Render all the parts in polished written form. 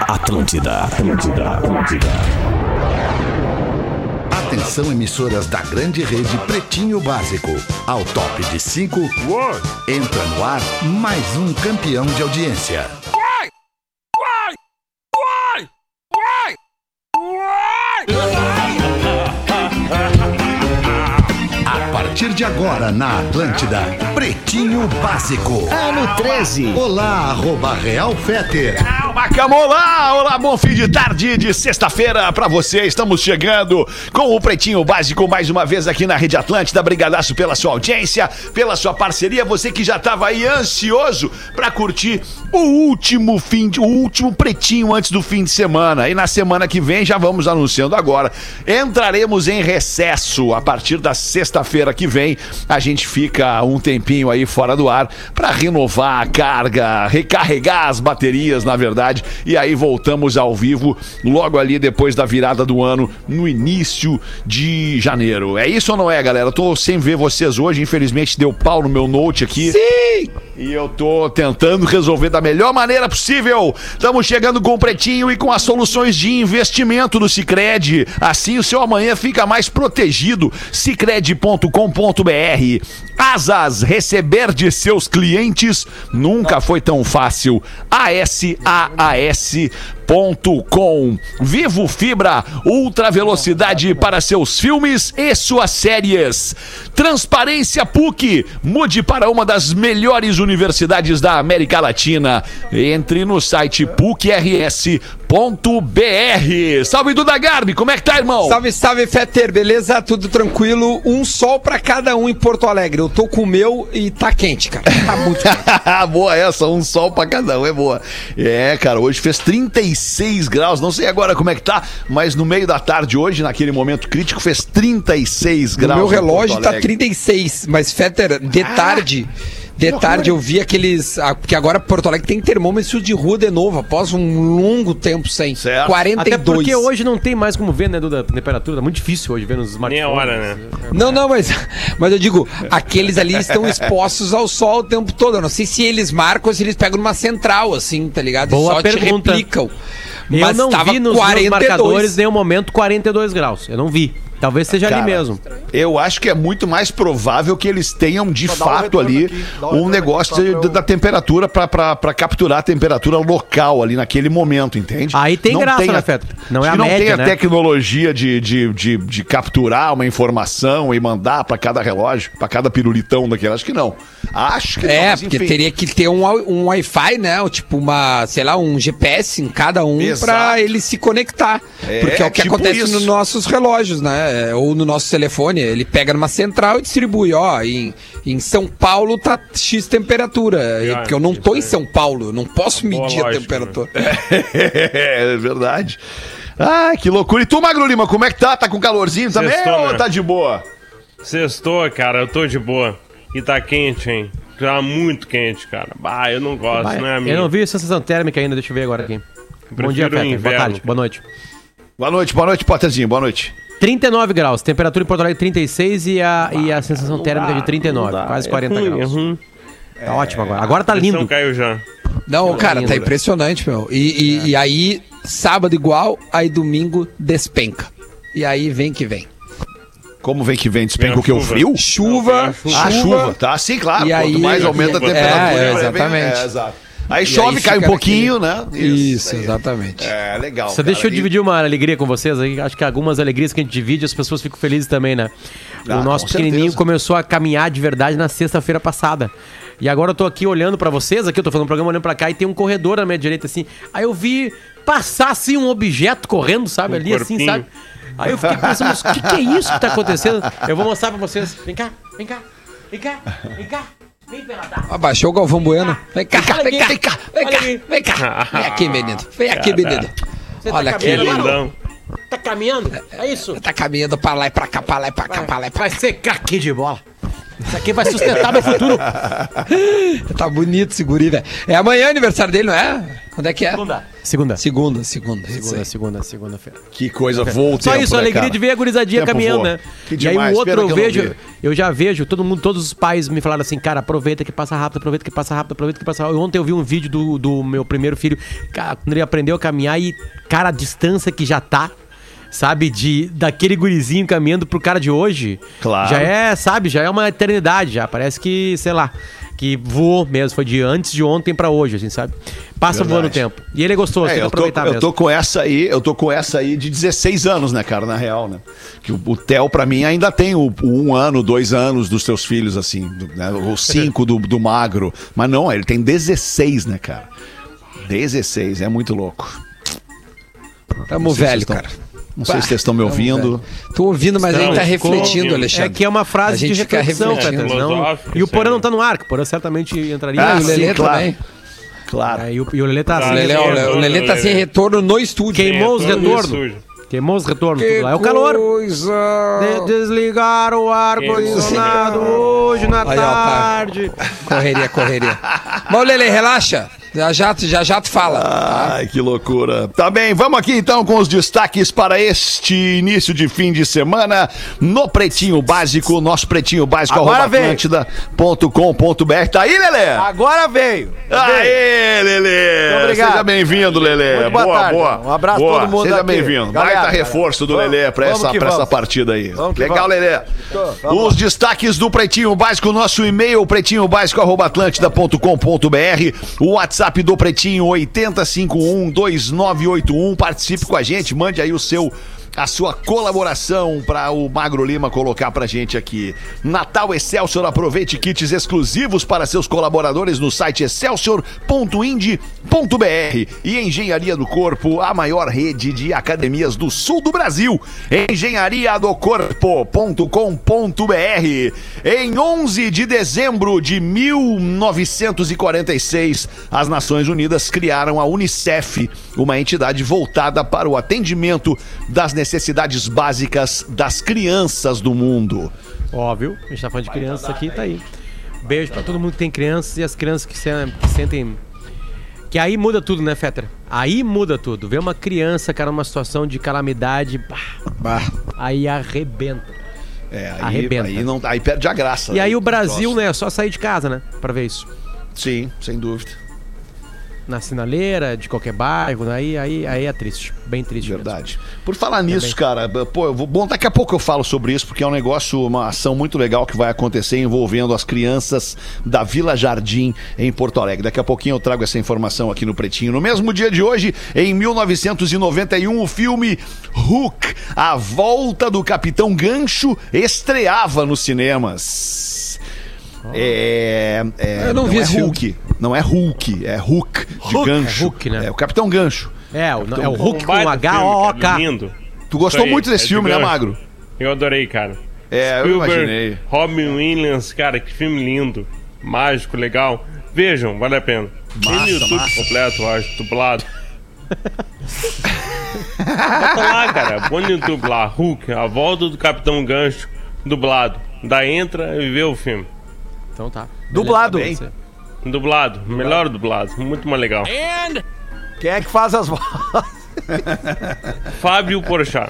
Atlântida. Atenção, emissoras da grande rede Pretinho Básico. Ao top de 5, entra no ar mais um campeão de audiência. A partir de agora na Atlântida, Pretinho Básico. Ano 13. Olá, @Real Fetter. Calma, olá, bom fim de tarde de sexta-feira pra você. Estamos chegando com o Pretinho Básico mais uma vez aqui na Rede Atlântida. Brigadaço pela sua audiência, pela sua parceria. Você que já tava aí ansioso pra curtir o último Pretinho antes do fim de semana. E na semana que vem, já vamos anunciando agora, entraremos em recesso a partir da sexta-feira que vem. A gente fica um tempinho aí fora do ar pra renovar a carga, recarregar as baterias, na verdade. E aí voltamos ao vivo logo ali depois da virada do ano, no início de janeiro. É isso ou não é, galera? Eu tô sem ver vocês hoje, infelizmente deu pau no meu note aqui. Sim! E eu tô tentando resolver da melhor maneira possível. Estamos chegando com o Pretinho e com as soluções de investimento do Sicredi. Assim o seu amanhã fica mais protegido. Sicredi.com.br. Asas, receber de seus clientes nunca foi tão fácil. ASAAS.com. Vivo Fibra, ultra velocidade para seus filmes e suas séries. Transparência PUC, mude para uma das melhores universidades da América Latina. Entre no site pucrs.br. Salve, Duda Garbi, como é que tá, irmão? Salve, Fetter, beleza? Tudo tranquilo? Um sol pra cada um em Porto Alegre. Eu tô com o meu e tá quente, cara. Tá muito quente. Boa essa, um sol pra cada um, é boa. É, cara, hoje fez 36 graus, não sei agora como é que tá, mas no meio da tarde hoje, naquele momento crítico, fez 36 graus. O meu relógio tá 36, mas Fetter, de tarde eu vi aqueles... Porque agora Porto Alegre tem termômetro de rua de novo, após um longo tempo sem. Certo. 42. Até porque hoje não tem mais como ver, né, Duda, temperatura. Tá muito difícil hoje ver nos smartphones. Nem a hora, né? Não, mas eu digo, aqueles ali estão expostos ao sol o tempo todo. Eu não sei se eles marcam ou se eles pegam numa central, assim, tá ligado? Boa e só pergunta. te replicam. Eu Mas não tava vi nos 42. meus marcadores em nenhum momento 42 graus. Eu não vi. Talvez seja Cara, ali mesmo. Eu acho que é muito mais provável que eles tenham de fato ali um negócio da temperatura pra capturar a temperatura local ali naquele momento, entende? Aí tem graça, né, Feto? Não é a média, tem a né? tecnologia de capturar uma informação e mandar pra cada relógio, pra cada pirulitão daquele. Acho que não. Acho que não. É, porque teria que ter um Wi-Fi, né? Ou tipo um GPS em cada um. Exato. Pra ele se conectar. Porque é o que tipo acontece isso. nos nossos relógios, né? Ou no nosso telefone, ele pega numa central e distribui, ó, em São Paulo tá X temperatura, porque eu não tô em São Paulo, eu não posso medir a temperatura. É verdade. Ah, que loucura. E tu, Magro Lima, como é que tá? Tá com calorzinho também ou tá de boa? Sextou, cara, eu tô de boa. E tá quente, hein? Tá muito quente, cara. Bah, eu não gosto, não é a minha. Eu não vi a sensação térmica ainda, deixa eu ver agora aqui. Bom dia, Fetter. Boa tarde, boa noite. Boa noite, Potterzinho, boa noite. 39 graus, temperatura em Porto Alegre 36 e a sensação térmica de 39, quase 40 graus. Tá ótimo agora. Agora tá lindo. Não caiu já. Não, cara, tá impressionante, meu. E aí, sábado igual, aí domingo despenca. E aí vem que vem. Como vem que vem? Despenca o que? O frio? Chuva. Chuva, tá? Sim, claro. E aí, quanto mais aumenta a temperatura. exatamente. Exato. Aí chove, cai um pouquinho, né? Isso, exatamente. É, legal. Só deixa eu dividir uma alegria com vocês aí. Acho que algumas alegrias que a gente divide, as pessoas ficam felizes também, né? O nosso pequenininho certeza. Começou a caminhar de verdade na sexta-feira passada. E agora eu tô aqui olhando pra vocês, aqui eu tô fazendo um programa olhando pra cá e tem um corredor na minha direita, assim. Aí eu vi passar, assim, um objeto correndo, sabe? Ali, corpinho. assim, sabe? Aí eu fiquei pensando, mas o que é isso que tá acontecendo? Eu vou mostrar pra vocês. Vem cá. Vem, peladão. Abaixou o Galvão Bueno. Vem cá. Vem aqui, menino. Você Olha tá aqui, caminhando, menino. mano? Tá caminhando? É isso? Tá caminhando pra lá e pra cá, Vai ser craque de bola. Isso aqui vai sustentar meu futuro. Tá bonito esse guri, velho. É amanhã aniversário dele, não é? Quando é que é? Segunda-feira. Que coisa, vou Só isso, a alegria de ver a gurizadinha Tempo caminhando, voa. né? Que E demais, aí o outro pena que eu eu não vejo, vi. eu já vejo, todos os pais me falaram assim, cara, aproveita que passa rápido. Ontem eu vi um vídeo do meu primeiro filho, cara, quando ele aprendeu a caminhar e, cara, a distância que já tá, sabe, daquele gurizinho caminhando pro cara de hoje, Claro. já é uma eternidade, já parece que, sei lá, que voou mesmo, foi de antes de ontem pra hoje, assim, sabe? Passa Verdade. voando o tempo. E ele gostou, tem que aproveitar mesmo. Eu tô com essa aí de 16 anos, né, cara, na real, né? Que o Theo, pra mim, ainda tem o 1 ano, 2 anos dos teus filhos, assim, né? Ou 5 do magro. Mas não, ele tem 16, né, cara? 16, é muito louco. Tamo velho, cara. Não sei se vocês estão me ouvindo. Tô ouvindo, mas ele tá ficou refletindo, ouvindo. Alexandre. É que é uma frase A gente de fica reflexão, refletindo. Peter, não. Filosófico, E o Porã isso aí. não tá no ar, que o Porã certamente entraria. Ah, o sim, Lelê claro. também. Claro. É, e o Lelê tá Ah, assim. Lelê, o Lelê tá sem retorno no estúdio. Queimou os É, todo mundo retornos. sujo. Queimou os retornos. Tudo lá. É o calor. Coisa. Desligar o ar-condicionado hoje na Aí, ó, tá. tarde. Correria. Mas, Lelê, relaxa. Já tu fala. Ai, que loucura. Tá bem, vamos aqui então com os destaques para este início de fim de semana no Pretinho Básico, nosso Pretinho Básico, Agora @atlântida.com.br. Tá aí, Lelê? Agora veio. Aê, Lelê! Muito obrigado. Seja bem-vindo, Lelê. Muito boa tarde. Um abraço a todo mundo Seja aqui. bem-vindo. Galera, Baita reforço do vamos- Lelê pra vamos que essa vamos. partida aí. Vamos que Legal, vamos. Lelê. Vamos Os destaques do Pretinho Básico, nosso e-mail, pretinhobásico@atlântida.com.br, o WhatsApp do Pretinho, 80512981. Participe com a gente, mande aí a sua colaboração para o Magro Lima colocar pra gente aqui. Natal Excelsior, aproveite kits exclusivos para seus colaboradores no site excelsior.ind.br. E Engenharia do Corpo, a maior rede de academias do sul do Brasil. engenhariadocorpo.com.br. Em 11 de dezembro de 1946, as Nações Unidas criaram a Unicef, uma entidade voltada para o atendimento das necessidades básicas das crianças do mundo. Óbvio, a gente tá falando de crianças aqui, tá aí. Beijo pra todo mundo que tem crianças e as crianças que sentem... Que aí muda tudo, né, Fetter? Aí muda tudo. Vê uma criança, cara, numa situação de calamidade, aí arrebenta. Arrebenta. Aí perde a graça. E né, aí o do Brasil, troço. né, é só sair de casa, né, pra ver isso. Sim, sem dúvida. Na sinaleira, de qualquer bairro, aí é triste, bem triste Verdade. Por falar nisso, cara, pô, bom, daqui a pouco eu falo sobre isso, porque é um negócio, uma ação muito legal que vai acontecer envolvendo as crianças da Vila Jardim, em Porto Alegre. Daqui a pouquinho eu trago essa informação aqui no Pretinho. No mesmo dia de hoje, em 1991, o filme Hook, A Volta do Capitão Gancho, estreava nos cinemas. Eu não vi esse Hulk. Não é Hulk, é Hook, de gancho. É Hook, né? É o Capitão Gancho. É o Hulk com baita H-O-O-K. filme, cara, lindo. Tu gostou Isso aí, muito desse é de filme, né, gancho. Magro? Eu adorei, cara. É, eu imaginei. Robin Williams, cara, que filme lindo. Mágico, legal. Vejam, vale a pena. Tem no YouTube completo, eu acho, dublado. Bota lá, cara. Põe no YouTube lá, Hulk, A Volta do Capitão Gancho, dublado. Daí entra e vê o filme. Então tá. Dublado. Beleza, tá bem. Dublado, melhor dublado, muito mais legal. Quem é que faz as vozes? Fábio Porchat.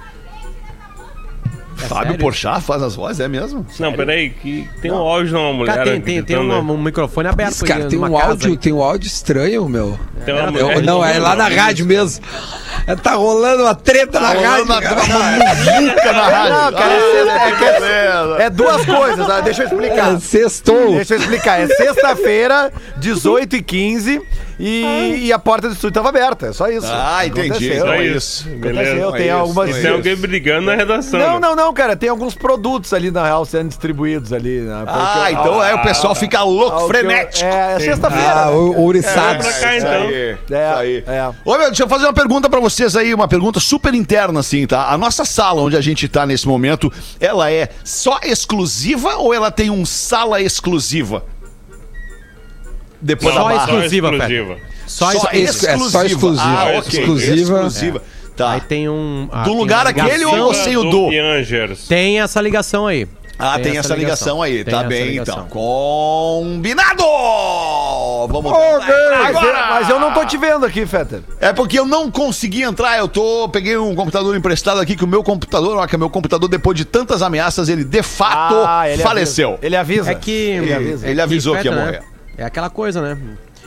Fábio sério? Porchat faz as vozes, é mesmo? Não, peraí, que tem um áudio de uma mulher. Cara, aqui tem gritando, né? um microfone aberto. Esse cara aí tem numa um casa áudio, aí. tem um áudio estranho, meu. Tem uma mulher Não, é lá na gritando, rádio mesmo. Tá rolando uma treta na rádio. cara. Muvuca na rádio. Não, cara, é duas coisas, tá? Deixa eu explicar. É, sextou. Deixa eu explicar. É sexta-feira, 18h15, e a porta do estúdio tava aberta. É só isso. Ah, entendi. Aconteceu. Então é isso. isso. Beleza. Aconteceu, tem isso, algumas... E tem alguém brigando na redação. Não, cara, tem alguns produtos ali na real sendo distribuídos ali. Né? Ah, então o pessoal fica louco, frenético. É sexta-feira. Ah, né? ouriçados. Pra cá, então. Isso aí. É. Ô, meu, deixa eu fazer uma pergunta pra vocês aí, uma pergunta super interna, assim, tá? A nossa sala onde a gente tá nesse momento, ela é só exclusiva ou ela tem um sala exclusiva? Depois Só da barra. exclusiva, Só só exclusiva. Ah, ok. Exclusiva. Exclusiva. Tá. Aí tem um... Do lugar tem uma aquele ligação. ou sem o do? Piangers. Tem essa ligação aí. Ah, tem essa ligação aí, Tem tá essa bem ligação. então. Combinado! Vamos Mas eu não tô te vendo aqui, Fetter. É porque eu não consegui entrar, peguei um computador emprestado aqui, que o meu computador, depois de tantas ameaças, ele de fato ele faleceu. avisa. Ele avisa. É que... Ele avisou que ia Fetter, morrer. né? É aquela coisa, né?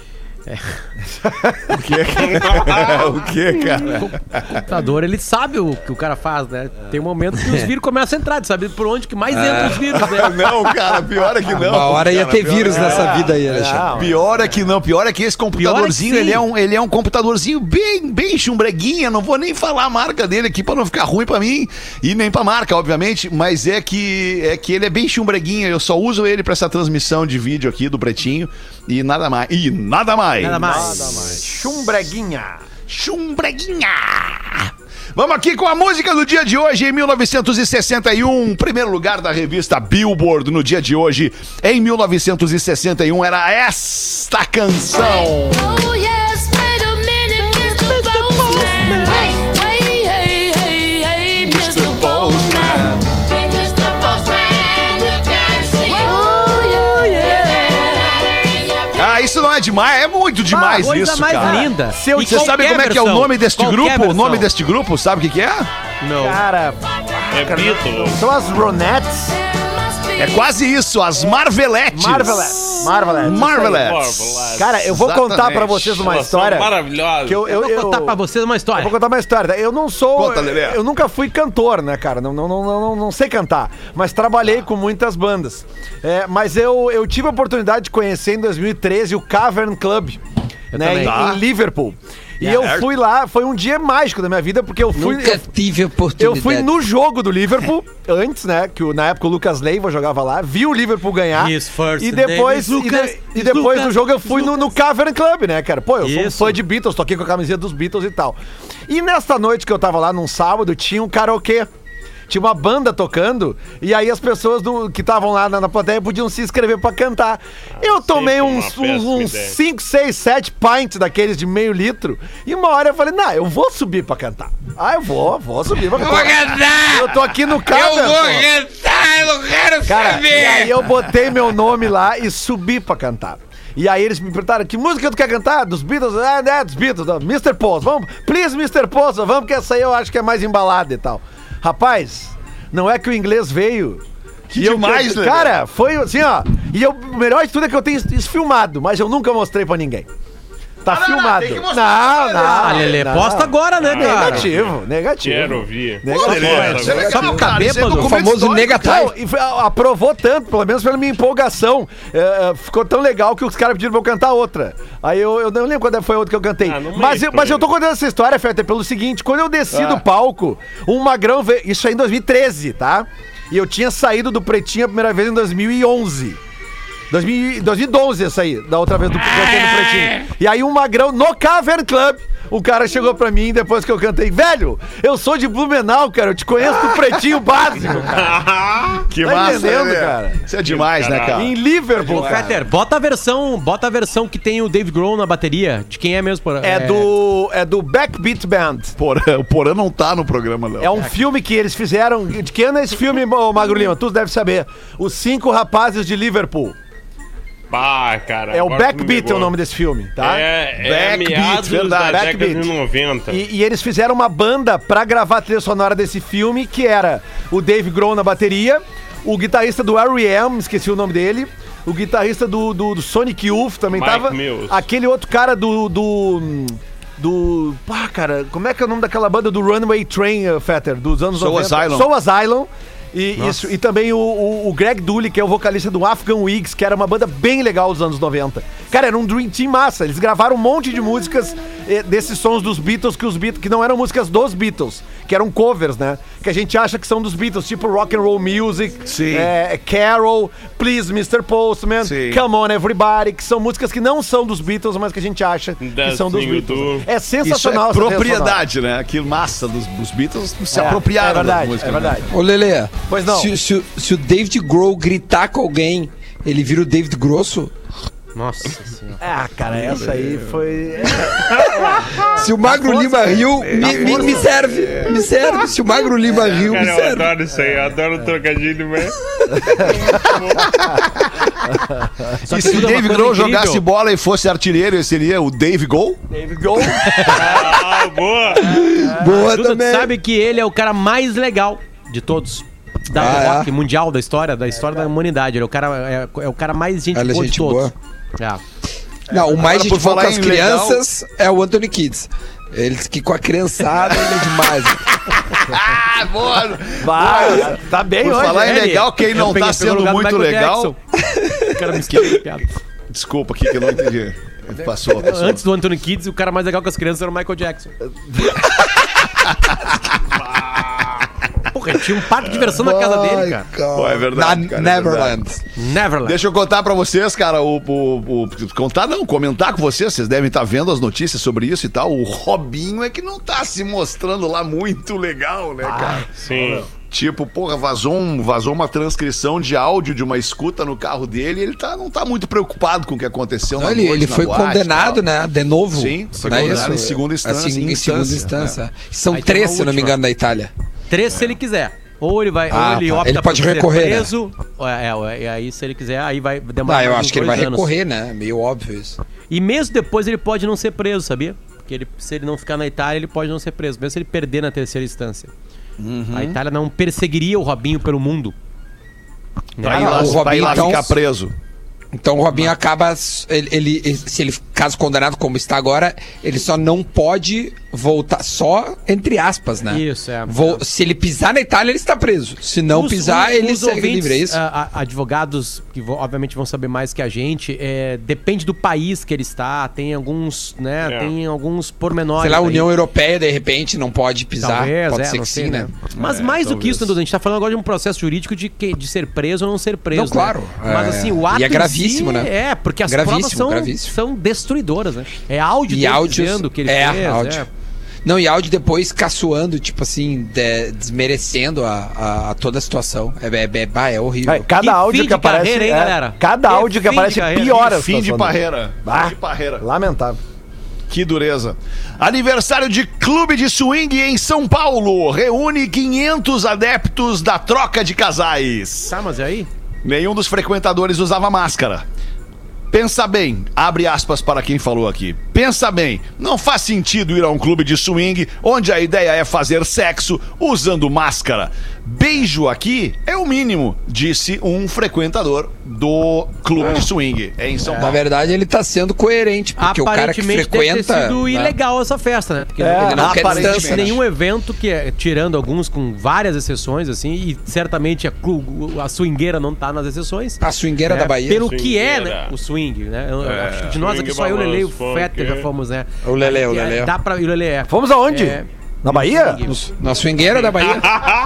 O que, cara? O computador, ele sabe o que o cara faz, né? Tem um momento que os vírus começam a entrar, sabe por onde que mais entra os vírus, né? Não, cara, pior é que não. Uma hora ia cara, ter pior vírus é- nessa vida aí, Alexandre. Pior é que não, pior é que esse computadorzinho, Pior é que sim. ele é um computadorzinho bem chumbreguinha, não vou nem falar a marca dele aqui pra não ficar ruim pra mim e nem pra marca, obviamente, mas é que ele é bem chumbreguinha, eu só uso ele pra essa transmissão de vídeo aqui do Pretinho e nada mais. Nada mais. Chumbreguinha. Chumbreguinha! Vamos aqui com a música do dia de hoje, em 1961, primeiro lugar da revista Billboard no dia de hoje. Em 1961 era esta canção. Oh yes, wait a minute, Mr. Postman. Hey, hey, hey, hey, Mr. Postman. Mr. Postman, you can see. Oh yeah. Ah, isso não é demais, é muito demais coisa isso, mais cara. linda. E você sabe como é que é o nome deste grupo? O nome deste grupo, sabe o que é? Não. Cara, É Beatles. são as Ronettes. É quase isso, as Marvelettes. Marvelettes. Marvelettes. Cara, eu vou contar pra Exatamente. vocês uma Elas são história. maravilhosas. Que Eu vou contar pra vocês uma história. Eu vou contar uma história. Eu não sou. Conta, Lelê. Eu nunca fui cantor, né, cara? Não sei cantar. Mas trabalhei com muitas bandas. Mas eu tive a oportunidade de conhecer em 2013 o Cavern Club, né, também. em Liverpool. E eu fui lá, foi um dia mágico da minha vida, porque eu fui. Nunca tive oportunidade. Eu fui no jogo do Liverpool, antes, né? Que na época o Lucas Leiva jogava lá, vi o Liverpool ganhar. His first E depois, name is Lucas, e depois Lucas, do jogo eu fui no Cavern Club, né, cara? Pô, eu sou um Isso. fã de Beatles, toquei com a camiseta dos Beatles e tal. E nesta noite que eu tava lá, num sábado, tinha um karaokê. Tinha uma banda tocando, e aí as pessoas que estavam lá na plateia podiam se inscrever pra cantar. Eu tomei sempre uma uns péssima ideia. 5, 6, 7 pints daqueles de meio litro, e uma hora eu falei, não, eu vou subir pra cantar. Ah, eu vou subir pra cantar. Eu tô aqui no Cavern. cantar, eu não quero Cara, e aí eu botei meu nome lá e subi pra cantar. E aí eles me perguntaram, que música tu quer cantar? Dos Beatles? Dos Beatles. Mr. Post, vamos, please, Mr. Post, vamos, que essa aí eu acho que é mais embalada e tal. Rapaz, não é que o inglês veio... Que demais, né? Cara, foi assim, ó. E o melhor de tudo é que eu tenho isso filmado, mas eu nunca mostrei pra ninguém. Tá filmado. tem que mostrar, Não. Ah, Lelê, posta agora, né, cara? Negativo. Quero ouvir. Só pra ficar bêbado. O famoso negative. Não, e aprovou tanto, pelo menos pela minha empolgação. Ficou tão legal que os caras pediram pra eu cantar outra. Aí eu não lembro quando foi a outra que eu cantei. Ah, não mas lembro. eu tô contando essa história, Fetter, pelo seguinte: quando eu desci do palco, um magrão veio. Isso aí em 2013, tá? E eu tinha saído do Pretinho a primeira vez em 2011. 2012 essa aí, da outra vez do Pretinho. E aí um magrão no Cavern Club, o cara chegou pra mim depois que eu cantei, velho, eu sou de Blumenau, cara, eu te conheço do Pretinho Básico, cara. Que Tá massa, entendendo, né? cara? Isso é demais, né, cara? Em Liverpool, cara. Fetter, bota a versão que tem o Dave Grohl na bateria. De quem é mesmo? É do Backbeat Band. O Porã não tá no programa, Léo. É um filme que eles fizeram. De que ano é esse filme, ô Magro Lima? Tu deve saber. Os 5 Rapazes de Liverpool. Bah, cara. É o agora tu me Backbeat é pegou. o nome desse filme, tá? É Backbeat, meados verdade. da Backbeat. década de 90. E eles fizeram uma banda pra gravar a trilha sonora desse filme, que era o Dave Grohl na bateria, o guitarrista do R.E.M., esqueci o nome dele, o guitarrista do Sonic Youth também Mike tava, Mills. aquele outro cara pá, cara, como é que é o nome daquela banda do Runaway Train, Fetter, dos anos Soul 90? Asylum. Soul Asylum. E também o Greg Dooley, que é o vocalista do Afghan Wigs, que era uma banda bem legal dos anos 90. Cara, era um Dream Team massa. Eles gravaram um monte de músicas desses sons dos Beatles, que não eram músicas dos Beatles, que eram covers, né? Que a gente acha que são dos Beatles, tipo Rock and Roll Music, Sim. Carol, Please Mr. Postman, Sim. Come On Everybody, que são músicas que não são dos Beatles, mas que a gente acha que That's são dos you Beatles. do. É Isso é sensacional essa trilha propriedade, né? Que massa dos Beatles se sonora. apropriaram É verdade, das músicas. é verdade. Ô, Lelê, Pois não. se o David Grohl gritar com alguém, ele vira o David Grosso? Nossa senhora. Ah, cara, essa aí foi... Se o Magro Lima riu, me serve. Me serve. Se o Magro Lima riu, me Cara, eu serve. adoro isso aí, eu adoro o trocadilho, velho. E se o Dave Grohl jogasse bola e fosse artilheiro, ele seria o Dave Gol? Dave Gol. Ah, boa. Boa Duda, tu também. sabe que ele é o cara mais legal de todos. Da rock mundial, da história da humanidade. Ele é o cara mais gente Ela é boa de gente todos. boa. É. Não, o mais Agora, gente por boa com falar as em crianças é o Anthony Kids. Ele disse que com a criançada ele é demais. Ah, boa! Vai, tá bem Por hoje. falar em né? legal, quem não tá sendo muito legal... O cara me esqueceu de piada. Desculpa, que eu não entendi. Passou. Antes do Anthony Kids, o cara mais legal com as crianças era o Michael Jackson. Porra, ele tinha um parque de diversão na casa dele, cara. Pô, é verdade, cara, é Neverland. Neverland. Deixa eu contar pra vocês, cara, comentar com vocês devem estar vendo as notícias sobre isso e tal. O Robinho é que não tá se mostrando lá muito legal, né, cara? Sim. Tipo, porra, vazou uma transcrição de áudio de uma escuta no carro dele e ele não tá muito preocupado com o que aconteceu na noite, Ele na foi boate e condenado, tal. né? De novo. Sim, foi Não é condenado isso? em segunda instância. Em segunda instância. São Aí tem 3, uma se eu não me última. engano, na Itália. 3 se ele quiser. Ou ele vai, Ah, ou ele tá. opta Ele pode por ser recorrer, né? preso. E aí, se ele quiser, aí vai demorar Ah, eu mais acho uns que ele vai 2 anos. recorrer, né? Meio óbvio isso. E mesmo depois ele pode não ser preso, sabia? Porque se ele não ficar na Itália, ele pode não ser preso, mesmo se ele perder na terceira instância. A Itália não perseguiria o Robinho pelo mundo. Pra ir Ah, lá, o Robinho, ficar então, preso. Então o Robinho acaba. Se ele, caso condenado como está agora, ele só não pode voltar. Só entre aspas, né? Isso, é. Se ele pisar na Itália, ele está preso. Se não pisar, ele segue ouvintes, livre, é isso? Advogados que obviamente vão saber mais que a gente, depende do país que ele está, tem alguns, né? Tem alguns pormenores. Sei lá, a aí. União Europeia, de repente, não pode pisar. Talvez, pode ser não que sei, sim, né? né? Mas mais do que isso, né, Duda? A gente tá falando agora de um processo jurídico de ser preso ou não ser preso. Não, claro. Né? Mas assim, o ato E é em gravíssimo, si né? Porque as Gravíssimo, provas gravíssimo. são destruidoras, né? É áudio E dele áudios. dizendo que ele fez. Áudio. Não, e áudio depois caçoando, tipo assim, desmerecendo a toda a situação. É horrível. Vai, cada Que áudio fim que de aparece. carreira, hein, galera? Cada Que áudio que fim de aparece carreira. piora a Fim de situação dele. parreira. Ah, Fim de parreira. Lamentável. Que dureza. Aniversário de Clube de Swing em São Paulo. Reúne 500 adeptos da troca de casais. Tá, mas e aí? Nenhum dos frequentadores usava máscara. Pensa bem, abre aspas para quem falou aqui. Pensa bem, não faz sentido ir a um clube de swing onde a ideia é fazer sexo usando máscara. Beijo aqui é o mínimo, disse um frequentador do clube de swing em São Na Paulo. verdade, ele tá sendo coerente, porque o cara que Aparentemente frequenta. deve ter sido né? ilegal essa festa, né? Porque É, Ele não quer aparentemente. distância. nenhum evento tirando alguns com várias exceções, assim, e certamente a swingueira não tá nas exceções. A swingueira da Bahia. Pelo que é, Swingueira. né? O swing, né? Eu acho que de nós aqui Swing, só eu, o Lele e o balanço, Fetter funk, já fomos, né? O Lele. Dá pra... E o Lele é. Fomos aonde? É, Na Bahia? Na swingueira da Bahia.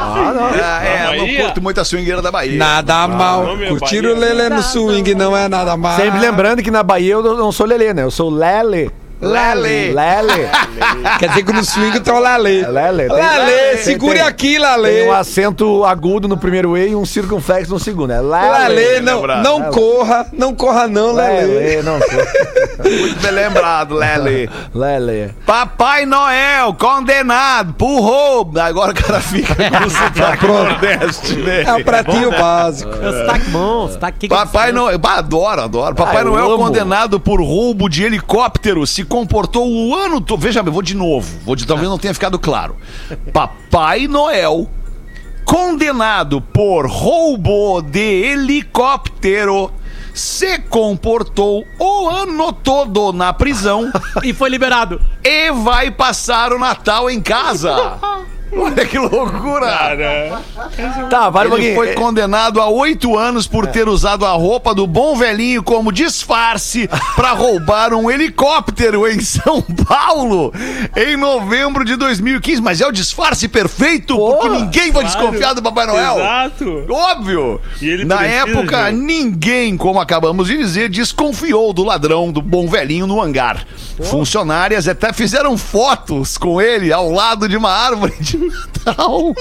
Eu não curto muito a swingueira da Bahia. Nada mal. não, meu, Curtir Bahia. o Lelê no swing não é nada mal. Sempre lembrando que na Bahia eu não sou Lelê, né? Eu sou Lele. Lele. Lele. Quer dizer que no swing tá o Lelê. Lele. Lelê, segure tem- aqui, Tem Lelê. um acento agudo no primeiro E e um circunflexo no segundo. É Lelê, Lele. não corra não, Lelê. Lele, não sei. Muito bem lembrado, Lele. Lele. Papai Noel, condenado por roubo. Agora o cara fica com o sotaque nordeste, né? É o pratinho básico. É o sotaque bom, sotaque... Papai Noel, adoro. Papai eu Noel amo. condenado por roubo de helicóptero se comportou o ano todo. Veja bem, vou de novo. Talvez não tenha ficado claro. Papai Noel, condenado por roubo de helicóptero, se comportou o ano todo na prisão E foi liberado. e vai passar o Natal em casa. Olha que loucura! Cara, Tá, vai um Ele pouquinho. foi condenado a 8 anos por ter usado a roupa do bom velhinho como disfarce para roubar um helicóptero em São Paulo em novembro de 2015. Mas é o disfarce perfeito, porque ninguém vai desconfiar do Papai Noel. exato. Óbvio! E ele Na precisa, época, gente. ninguém, como acabamos de dizer, desconfiou do ladrão do bom velhinho no hangar. Funcionárias até fizeram fotos com ele ao lado de uma árvore de Natal.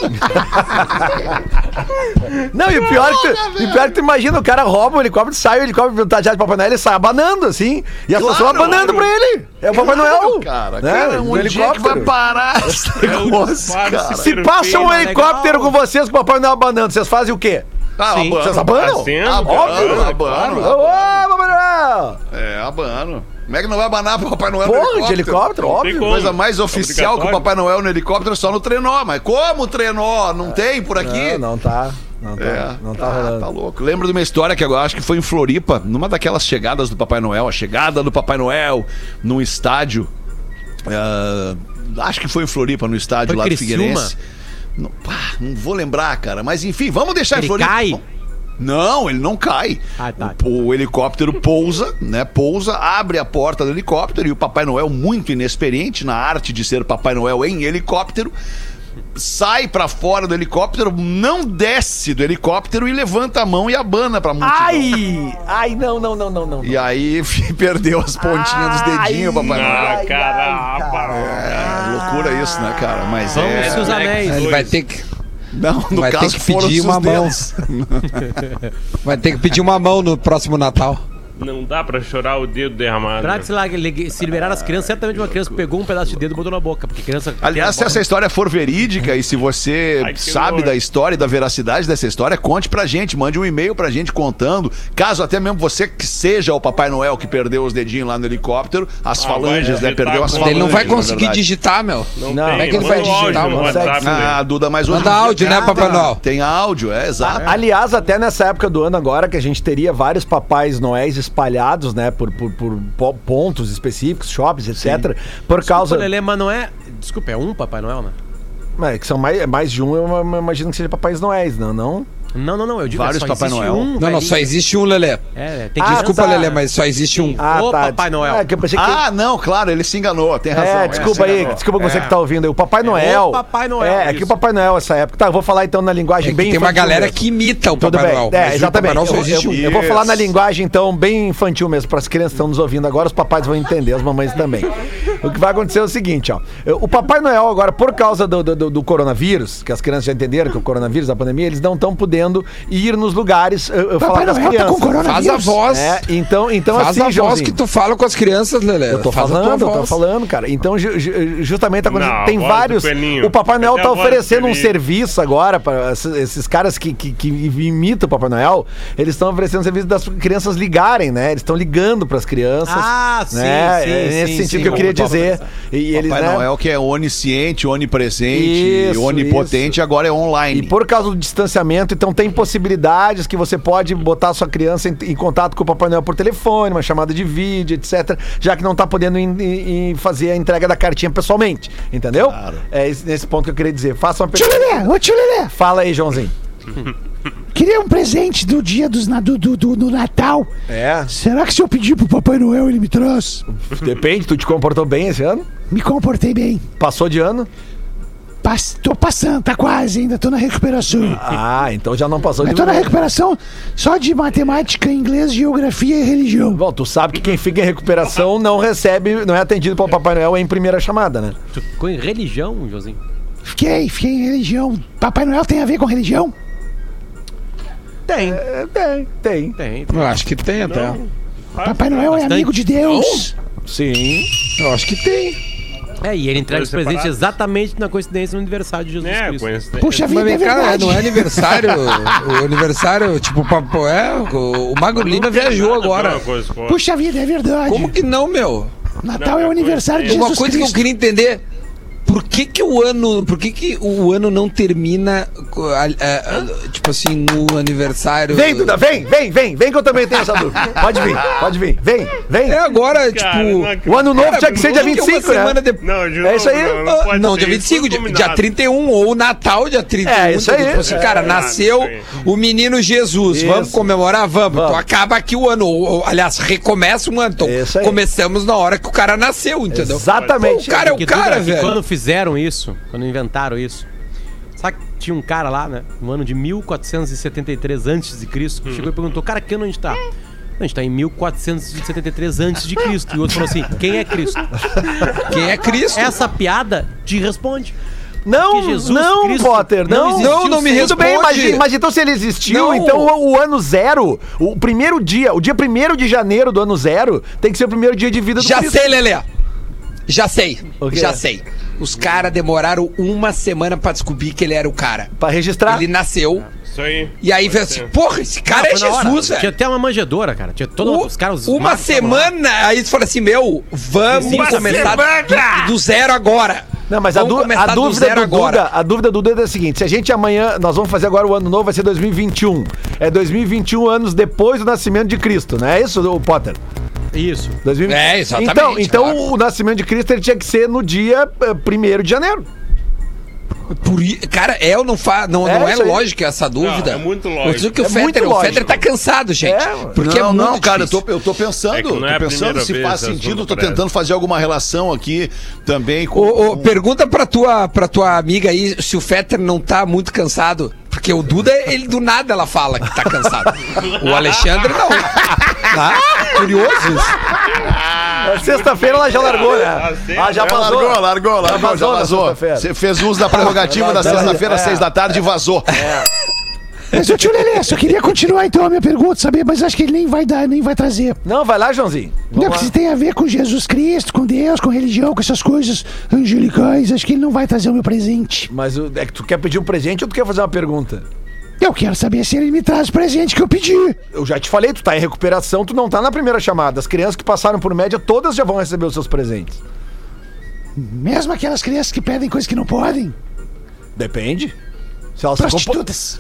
Não, e o pior que tu imagina, o cara rouba o helicóptero, sai o helicóptero fantasiado de Papai Noel, ele sai abanando, assim, e as Claro, pessoas abanando pra ele. É o Papai Noel. Cara, né? cara, No onde é que vai parar esse negócio, cara? Se passa um helicóptero com vocês com o Papai Noel abanando, vocês fazem o quê? Sim. Vocês abanam? Óbvio, abano. Ô, Papai Noel! É, abano. Como é que não vai abanar pro Papai Noel no Porra, de helicóptero, óbvio. como. Coisa mais oficial que o Obrigatório. Papai Noel no helicóptero é só no trenó. Mas como trenó? Não tem por aqui? Não tá. Não tá rolando. Tá louco. Lembro de uma história que eu acho que foi em Floripa, numa daquelas chegadas do Papai Noel, a chegada do Papai Noel num estádio. Acho que foi em Floripa, no estádio Foi lá do Criciúma? Figueirense. Não, não vou lembrar, cara. Mas enfim, vamos deixar Ele em Floripa. cai? Não, ele não cai. Ah, tá. O helicóptero pousa, né? Pousa, abre a porta do helicóptero e o Papai Noel, muito inexperiente na arte de ser Papai Noel em helicóptero, sai pra fora do helicóptero, não desce do helicóptero e levanta a mão e abana pra multidão. Ai, não. E aí perdeu as pontinhas dos dedinhos, Papai Noel. Ah, caramba. É loucura isso, né, cara? Mas Vamos, seus anéis. Ele vai ter que. Não, no Vai ter caso que foram pedir os uma mão. dedos. Vai ter que pedir uma mão no próximo Natal. Não dá pra chorar o dedo derramado. Trate-se lá, se liberar as crianças, certamente uma criança pegou um pedaço de dedo e botou na boca, porque criança... Aliás, se essa história for verídica e se você Ai, que sabe nojo. da história e da veracidade dessa história, conte pra gente, mande um e-mail pra gente contando. Caso até mesmo você que seja o Papai Noel que perdeu os dedinhos lá no helicóptero, as falanges, vai né? Perdeu as digitar, falanges. Ele não vai na conseguir verdade. digitar, meu. Não, tem, como é que ele vai manda um digitar, áudio no mano? WhatsApp Ah, dele. Duda, mas hoje Manda em dia áudio, né, Papai Noel? Tem áudio, exato. Aliás, até nessa época do ano agora, que a gente teria vários Papais Noéis espalhados, né, por pontos específicos, shoppings, etc. Por causa... Lelê, mas não é... Desculpa, é um Papai Noel, né? É, que são mais de um, eu imagino que seja Papais Noéis, não? Não, eu digo Vários só Papai existe Noel. um Não, velhinho. só existe um, Lelê. Tem Desculpa, tá. Lelê, mas só existe um. Ô, Papai Noel. É, que eu pensei que... Ah, não, claro, ele se enganou, tem razão. desculpa se aí, enganou. desculpa você que tá ouvindo aí. O Papai Noel. o Papai Noel, É que isso. o Papai Noel, essa época. Tá, eu vou falar então na linguagem É que bem tem uma infantil galera mesmo. que imita o Tudo Papai bem, Noel. é, mas o exatamente. Papai Noel só existe um. Eu vou falar na linguagem, então, bem infantil mesmo, para as crianças que estão nos ouvindo agora, os papais vão entender, as mamães também. O que vai acontecer é o seguinte, ó. O Papai Noel agora, por causa do coronavírus, que as crianças já entenderam que o coronavírus, a pandemia, eles não estão podendo ir nos lugares, eu falar das crianças. Faz a voz. Então Faz assim, a voz Joãozinho, que tu fala com as crianças, Lelê. eu tô Faz a tua falando, voz. cara. Então, justamente tá acontecendo. Não, Tem a voz do vários. coelhinho. O Papai Noel Cadê tá a voz do oferecendo um coelhinho? serviço agora para esses caras que imitam o Papai Noel. Eles estão oferecendo um serviço das crianças ligarem, né? Eles estão ligando pras crianças. Ah, sim, né? sim, É nesse sim, sentido sim, que eu queria o Papai dizer. E eles, Papai né? Noel que é onisciente, onipresente, Isso, onipotente, agora é online. E por causa do distanciamento, então tem possibilidades que você pode botar a sua criança em contato com o Papai Noel por telefone, uma chamada de vídeo, etc. Já que não tá podendo fazer a entrega da cartinha pessoalmente. Entendeu? Claro. É nesse ponto que eu queria dizer. Faça uma Tio Lelê, ô tio Lelê, Fala aí, Joãozinho. queria um presente do dia do Natal. É. Será que se eu pedir pro Papai Noel ele me traz? Depende, tu te comportou bem esse ano? Me comportei bem. Passou de ano? Tô passando, tá quase, ainda tô na recuperação. Ah, então já não passou de Eu tô na ano. recuperação só de matemática, inglês, geografia e religião. Bom, tu sabe que quem fica em recuperação não é atendido pelo Papai Noel em primeira chamada, né? Tu ficou em religião, Joãozinho? Fiquei em religião. Papai Noel tem a ver com religião? Tem. Tem. Eu acho que tem até. Papai Noel é Bastante. amigo de Deus. Sim. Eu acho que tem. E ele entrega os Coisas presentes separadas. exatamente na coincidência no aniversário de Jesus É, Cristo. coincidência. Puxa vida, Mas é vem cá, verdade. não é aniversário? O aniversário, tipo, o Magro Lima viajou agora. Puxa vida, é verdade. Como que não, meu? Natal é o aniversário de Uma Jesus coisa que eu Cristo. queria entender. Por que o ano não termina tipo assim no aniversário? Vem, Duda, vem que eu também tenho essa dúvida. Pode vir. Vem. É agora, Cara, tipo, O ano novo cara, tinha que ser dia porque 25, uma semana né? depois. Não, de É isso aí. Não, pode Não, ser, dia 25, foi dia combinado. 31 ou Natal, dia 31. É, isso aí. Tipo assim, cara, É, nasceu isso aí. o menino Jesus. Isso. Vamos comemorar? Vamos. Vamos. Então acaba aqui o ano. Aliás, recomeça um ano. Então Isso aí. começamos na hora que o cara nasceu, entendeu? Exatamente. Pô, o cara é o Porque, cara, Duda, que velho. quando fizeram isso, quando inventaram isso, sabe que tinha um cara lá, né? No ano de 1473 a.C., que chegou e perguntou, cara, que ano a gente tá? A gente tá em 1473 a.C. E o outro falou assim, quem é Cristo? Quem é Cristo? Essa piada te responde. Não, Porque Jesus não, Cristo Potter, não. existiu Não me sem- Tudo bem, responde. mas então se ele existiu, Não. então o ano zero, o primeiro dia, o dia 1º de janeiro do ano zero, tem que ser o primeiro dia de vida do Já Cristo. sei, Lelê. Já sei. O quê? Já sei. Os caras demoraram uma semana pra descobrir que ele era o cara. Pra registrar. Ele nasceu. Isso aí. E aí veio assim, porra, esse cara é Foi na hora. Jesus, Tinha velho. até uma manjedoura, cara. Tinha todos os caras. os Uma magos estavam lá. semana, aí eles falaram assim, meu, vamos Uma começar do zero agora. Não, mas Vamos começar a do dúvida zero do agora. Duda, a dúvida do Duda é a seguinte: se a gente amanhã, nós vamos fazer agora o ano novo, vai ser 2021. É 2021 anos depois do nascimento de Cristo, não é isso, o Potter? Isso. 2020. É, exatamente, Então claro. o nascimento de Cristo ele tinha que ser no dia 1º de janeiro. Cara, não é isso aí. lógica essa dúvida. Não, é muito lógico. Eu digo que É muito o Fetter lógico. tá cansado, gente. É, porque não, é muito não, cara, difícil. eu tô pensando, É que não é a tô pensando primeira se vez faz esse sentido, assunto tô aparece. tentando fazer alguma relação aqui também com... Pergunta pra tua amiga aí se o Fetter não tá muito cansado. Porque o Duda, ele do nada ela fala que tá cansado. O Alexandre não. Tá? Curioso isso. Sexta-feira ela já largou, né? Já vazou. Já vazou na vazou. sexta-feira. Você fez uso da prerrogativa da sexta-feira, 6 da tarde e vazou. Mas o tio Lelê, só queria continuar então a minha pergunta, saber, mas acho que ele nem vai trazer. Não, vai lá, Joãozinho. Não, porque se tem a ver com Jesus Cristo, com Deus, com religião, com essas coisas angelicais, acho que ele não vai trazer o meu presente. Mas é que tu quer pedir um presente ou tu quer fazer uma pergunta? Eu quero saber se ele me traz o presente que eu pedi. Eu já te falei, tu tá em recuperação, tu não tá na primeira chamada. As crianças que passaram por média, todas já vão receber os seus presentes. Mesmo aquelas crianças que pedem coisas que não podem. Depende. Se elas se Prostitutas.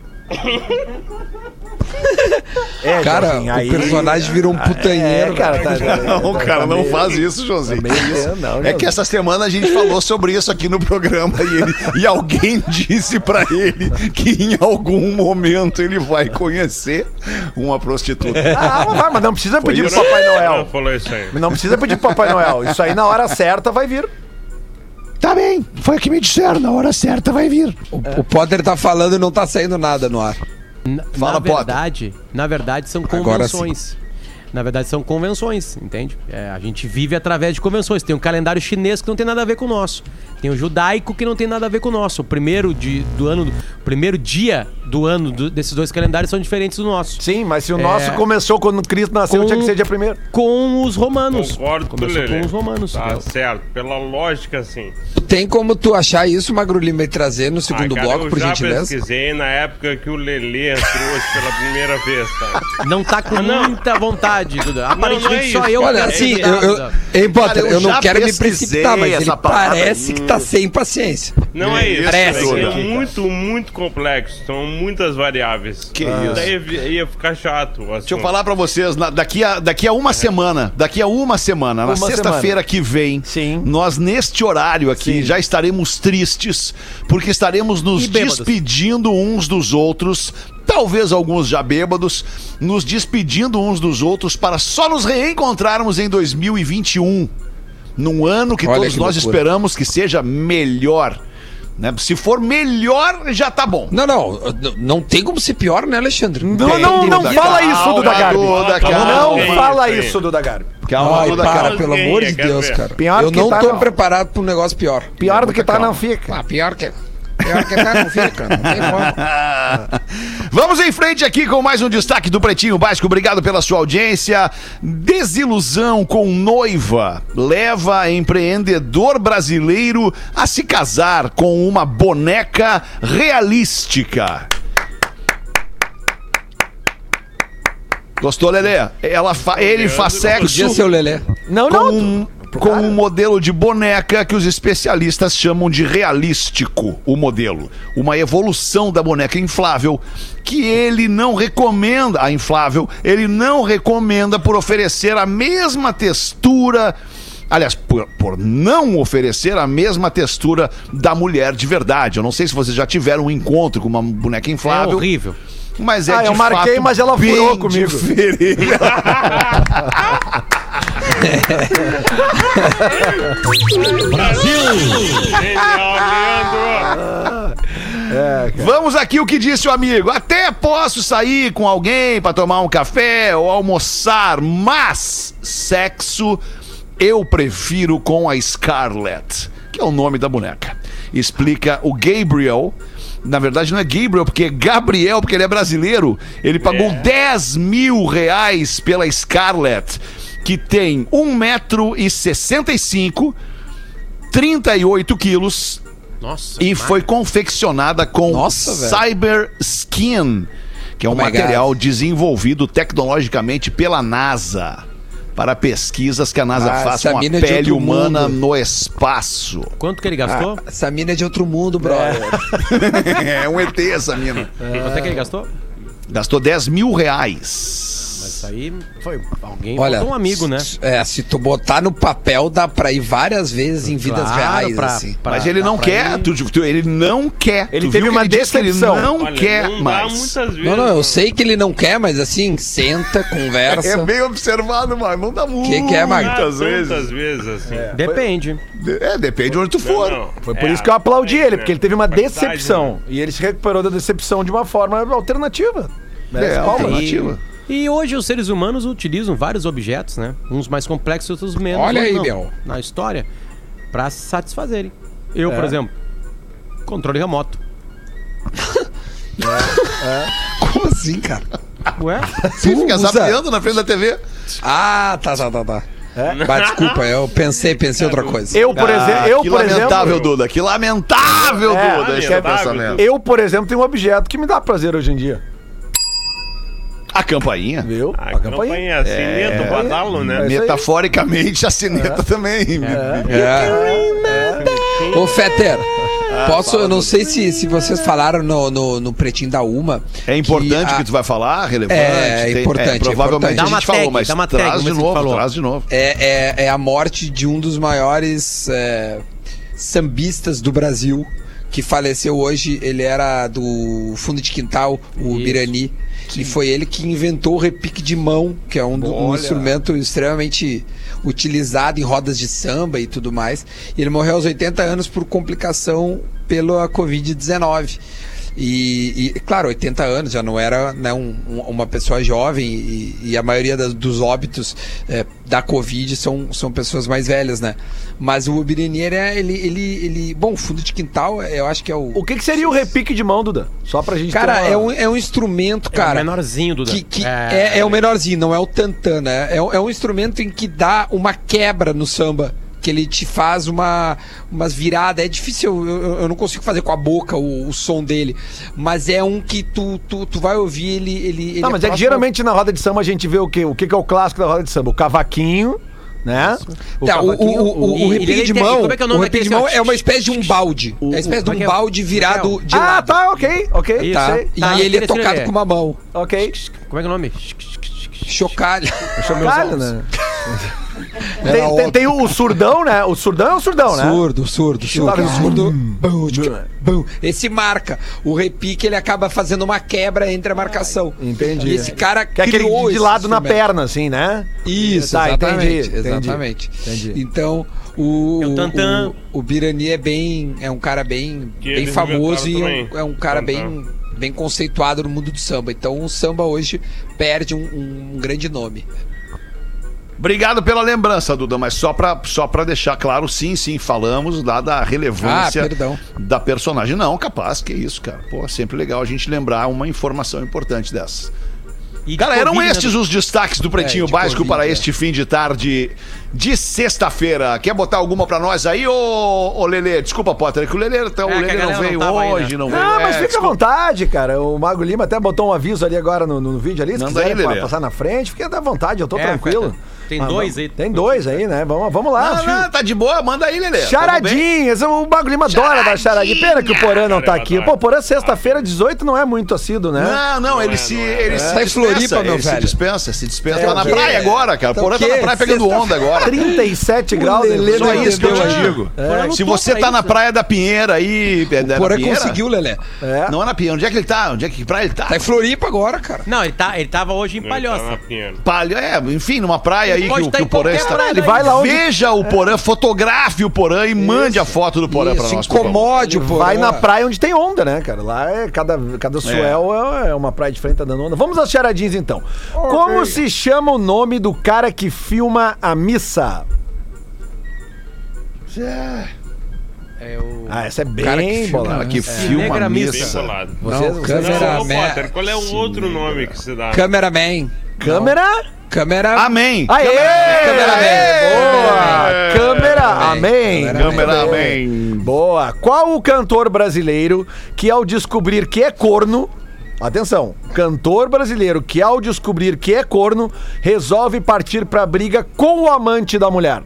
É, Cara, Joãozinho, o personagem virou um putanheiro. cara, tá, Não, cara, não faz isso, Joãozinho. É que essa semana a gente falou sobre isso aqui no programa e alguém disse pra ele que em algum momento ele vai conhecer uma prostituta. Mas não precisa pedir pro isso? Papai Ela Noel. falou isso aí. Não precisa pedir pro Papai Noel. Isso aí na hora certa vai vir. Tá bem, foi o que me disseram, na hora certa vai vir. O Potter tá falando e não tá saindo nada no ar. Fala, Na verdade, são Agora convenções. Na verdade, são convenções, entende? A gente vive através de convenções. Tem um calendário chinês que não tem nada a ver com o nosso. Tem o judaico que não tem nada a ver com o nosso. O primeiro dia do ano desses dois calendários são diferentes do nosso. Sim, mas se o nosso começou quando Cristo nasceu, tinha que ser dia 1º. Com os romanos. Concordo com o Começou Lelê. com os romanos. Tá entendeu? certo. Pela lógica, sim. Tem como tu achar isso, Magro Lima, e trazer no segundo Cara, bloco, por eu já gentileza? pesquisei na época que o Lelê trouxe pela primeira vez, tá? Não tá com muita vontade, Duda. Aparentemente não é só isso. eu Olha, quero assim, ajudar, Hein, Potter, Cara, eu não já quero me pesquisei precipitar, mas ele essa parada. parece que tá sem paciência. Não é isso. Parece, é cara. muito, muito complexo. São muitas variáveis. Que isso. Daí ia ficar chato. Deixa eu falar pra vocês, daqui a uma semana, na sexta-feira que vem, Sim. nós neste horário aqui Sim. já estaremos tristes, porque estaremos nos E bêbados. despedindo uns dos outros, talvez alguns já bêbados, nos despedindo uns dos outros para só nos reencontrarmos em 2021, num ano que Olha todos que nós loucura. esperamos que seja melhor. Né? Se for melhor, já tá bom. Não tem como ser pior, né, Alexandre? Não fala isso, Duda Garbi. Não Que fala isso aí. isso, Duda Garbi. Calma, Ai, Duda, para, calma. pelo Quem amor é? de Quero Deus, ver. cara. Pior Eu que não tá, tô não. preparado pra um negócio pior. Pior do que tá, Calma. não fica. Pior que tá, não fica. Não tem como. Vamos em frente aqui com mais um destaque do Pretinho Básico. Obrigado pela sua audiência. Desilusão com noiva leva empreendedor brasileiro a se casar com uma boneca realística. Gostou, Lelê? Ele faz Podia sexo ser o Lelê. com um modelo de boneca que os especialistas chamam de realístico, o modelo. Uma evolução da boneca inflável que ele não recomenda, ele não recomenda por oferecer a mesma textura, aliás, por não oferecer a mesma textura da mulher de verdade. Eu não sei se vocês já tiveram um encontro com uma boneca É inflável. horrível. Mas é de eu marquei, fato mas ela bem furou comigo. diferente. Genial, Leandro! Vamos aqui o que disse o amigo. Até posso sair com alguém pra tomar um café ou almoçar, mas sexo eu prefiro com a Scarlett, que é o nome da boneca. explica o Gabriel. Na verdade não é Gabriel, porque é Gabriel, porque ele é brasileiro. Ele pagou R$10 mil pela Scarlett, que tem 1,65 m, 38 quilos. Nossa. E foi confeccionada com Nossa, velho. Cyber Skin, que é um Oh my material God. desenvolvido tecnologicamente pela NASA para pesquisas que a NASA faz essa com a mina é de pele outro humana mundo. no espaço. Quanto que ele gastou? Essa mina é de outro mundo, brother. É um ET essa mina. Quanto é que ele gastou? Gastou R$10 mil. Mas isso aí foi alguém, Olha, faltou um amigo, né? Se tu botar no papel, dá pra ir várias vezes em vidas reais, assim. Mas ele não quer, ele não quer. Ele Tu teve viu que uma ele disse que ele decepção. não Olha, quer não dá mais. muitas vezes. Não, eu né? sei que ele não quer, mas assim, senta, conversa. É bem observado, mas não dá muito. Que é, Magno? Dá Muitas vezes. tantas vezes assim. Depende. Depende de onde tu for. Foi por isso que eu aplaudi ele, porque ele teve uma Qualidade, decepção. né? E ele se recuperou da decepção de uma forma alternativa. É, Palmas. alternativa. E hoje os seres humanos utilizam vários objetos, né? Uns mais complexos, outros menos. Olha ou aí, não, Biel. na história, pra se satisfazerem. Eu, por exemplo, controle remoto. Como assim, cara? Ué? Sim, fica usa- zapeando na frente da TV. Ah, tá. Mas desculpa, eu pensei outra coisa. Eu, por exemplo, Que lamentável, Duda. Que lamentável, É, Duda, esse lamentável, pensamento. eu, por exemplo, tenho um objeto que me dá prazer hoje em dia. A campainha. Viu? A campainha é sineta, o badalo, né? isso aí. Metaforicamente, a sineta também. Ô, Fetter, eu não sei se vocês falaram no Pretinho da Uma. É importante que a- tu vai falar, relevante. É importante, provavelmente Dá a uma gente falou, tag, mas dá uma tag, traz vamos de ver se tu novo, falou. traz de novo. É a morte de um dos maiores sambistas do Brasil, que faleceu hoje. Ele era do Fundo de Quintal, o Isso. Birani. E foi ele que inventou o repique de mão, que é um instrumento extremamente utilizado em rodas de samba e tudo mais. E ele morreu aos 80 anos por complicação pela Covid-19. E, claro, 80 anos, já não era, né, uma pessoa jovem, e a maioria dos óbitos da Covid são pessoas mais velhas, né? Mas o Birani, ele bom, fundo de quintal, eu acho que é o... O que seria o repique de mão, Duda? Só pra gente Cara, ter uma... é um instrumento, É o cara... menorzinho, Duda. que é o menorzinho, não é o tantã, né? É um instrumento em que dá uma quebra no samba, que ele te faz umas viradas. É difícil, eu não consigo fazer com a boca o som dele, mas é um que tu vai ouvir ele Não, mas é que geralmente na roda de samba a gente vê o quê? O que é o clássico da roda de samba? O cavaquinho, né? O repique de mão, como é que é o nome o repique de daquele mão assim, ó? é uma espécie de um balde. É uma espécie de como é um que é? balde virado de Ah, lado. tá, ok, Isso, Tá? sei. E Tá, ele é aquele tocado assim, com uma mão. Ok. Como é que é o nome? Chocalho. Chocalho, né? Era Tem o surdão, né? O surdão é o surdão, né? Surdo. Bum. Esse marca. O repique, ele acaba fazendo uma quebra entre a marcação. Entendi. E esse cara Que é aquele criou de esse lado na instrumento. perna, assim, né? Isso, Tá, exatamente. entendi. Exatamente. Então, o tantã. o Birani é um cara bem Que eles famoso e inventaram também. é um cara Tantã. bem conceituado no mundo do samba. Então, o samba hoje perde um grande nome. Obrigado pela lembrança, Duda, mas só pra deixar claro, sim, falamos da relevância perdão. da personagem. Não, capaz, que isso, cara. Pô, sempre legal a gente lembrar uma informação importante dessa. E de Cara, eram Covid, né, estes os destaques do Pretinho de Básico Covid, para este fim de tarde de sexta-feira. Quer botar alguma pra nós aí, ô Lelê? Desculpa, Potter, é que o Lelê, que a o Lelê galera não não veio tava aí, hoje, né? não veio. Ah, mas fica à desculpa. vontade, cara. O Mago Lima até botou um aviso ali agora no vídeo ali. Se Manda quiserem aí, Lelê. passar na frente, fica à vontade, eu tô É, tranquilo. tem Ah, dois vamos- aí. Tem dois aí, né? Vamos lá. Não, tá de boa, manda aí, Lelê. Charadinhas, o Mago Lima adora dar charadinha. Pena que o Porã não tá Cara, eu aqui. adoro. Pô, Porã sexta-feira, 18, não é muito assíduo, né? Não, ele se Tá em Floripa, meu ele se velho. dispensa. É, Tá na o quê? praia agora, cara. Tá Porã o tá na quê? praia pegando onda agora. 37 graus. Lelê Só não isso que eu te entendeu digo. Porã Se lutou você pra tá na isso. praia da Pinheira aí... O da Porã Pinheira? conseguiu, Lelé. É. Não é na Pinheira. Onde é que ele tá? Que praia ele tá? Tá em Floripa agora, cara. Não, ele tava hoje em Palhoça. Palha, enfim, numa praia aí Pode que tá o em Porã qualquer está... praia Ele vai lá onde... Veja o Porã, fotografe o Porã e mande a foto do Porã pra Isso, nós, por favor. incomode o Porã. Vai na praia onde tem onda, né, cara? Lá é cada suel é uma praia diferente, tá dando onda. Vamos às charadinhas, então. Como se chama o nome do cara que filma a missa? essa é bem Cara que filma, bolada. Que filma Negra Bem missa. bolado. Vocês- Não, vocês- câmera- Não, Man. Potter, qual é o outro nome que se dá? Cameraman. Câmera? Câmera. Amém. Aê! Boa! É. Câmera, amém. Câmera, amém. Boa. Qual o cantor brasileiro que ao descobrir que é corno... Atenção. Cantor brasileiro que ao descobrir que é corno, resolve partir pra briga com o amante da mulher.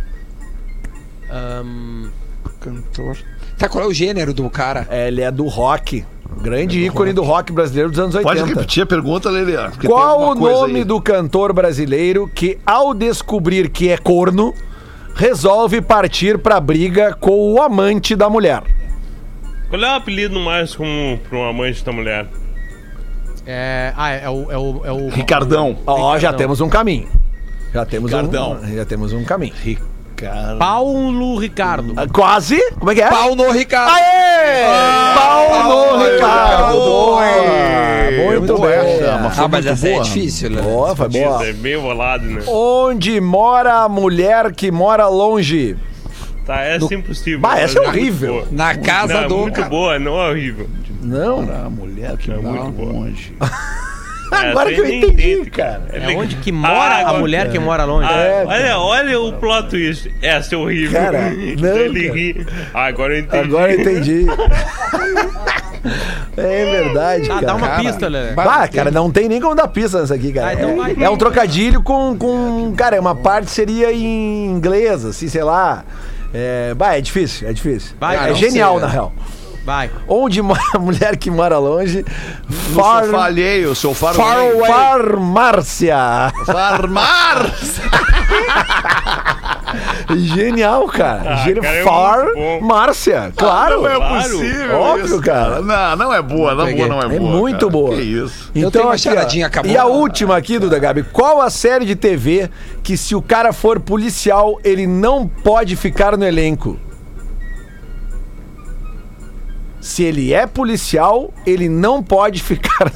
Cantor. Tá, qual é o gênero do cara? Ele é do rock. Grande ícone do rock brasileiro dos anos 80. Pode repetir a pergunta, Lelê? Porque tem Qual alguma o coisa nome aí. do cantor brasileiro que, ao descobrir que é corno, resolve partir pra briga com o amante da mulher? Qual é o apelido mais comum pra um amante da mulher? É o Ricardão. Ó, já Ricardão. temos um caminho. Já temos um caminho. Paulo Ricardo. Quase? Como é que é? Pau no Ricardo. Aê! Paulo Aê, Ricardo. Boa. Muito Boa bem. essa, mas foi Mas muito essa é boa. difícil, né? Boa, foi boa. É bem bolado, né? Onde mora a mulher que mora longe? Tá, essa é impossível. Bah, essa mas é horrível. muito boa. Na casa Não, é do. muito boa, não é horrível. Não. A mulher que É mora muito boa. longe. Agora Essa que eu aí nem entendi, tenta, cara. É onde que mora a agora- mulher que mora longe. Olha o plot twist. Essa é horrível. Cara, Então não, ele cara. ri. Agora eu entendi. Agora eu entendi. É verdade, cara. Dá uma pista, Lelê. Ah, cara, não tem nem como dar pista nessa aqui, cara. Ah, então vai. É um trocadilho com. Cara, uma parte seria em inglês, assim, sei lá. É difícil, é difícil. Vai, é não genial, sei, na real. Vai. Onde mora a mulher que mora longe? No sofá alheio, sofá alheio. Farmácia. Farmar! Genial, cara. cara, é muito bom. Márcia, claro. Não é Claro. possível Óbvio, isso, cara. Não é boa, não é boa, não é boa. É muito cara. boa. Que isso. Eu tenho uma aqui, ó, charadinha, acabou. E a última aqui, Duda Gabi. Qual a série de TV que, se o cara for policial, ele não pode ficar no elenco? Se ele é policial, ele não pode ficar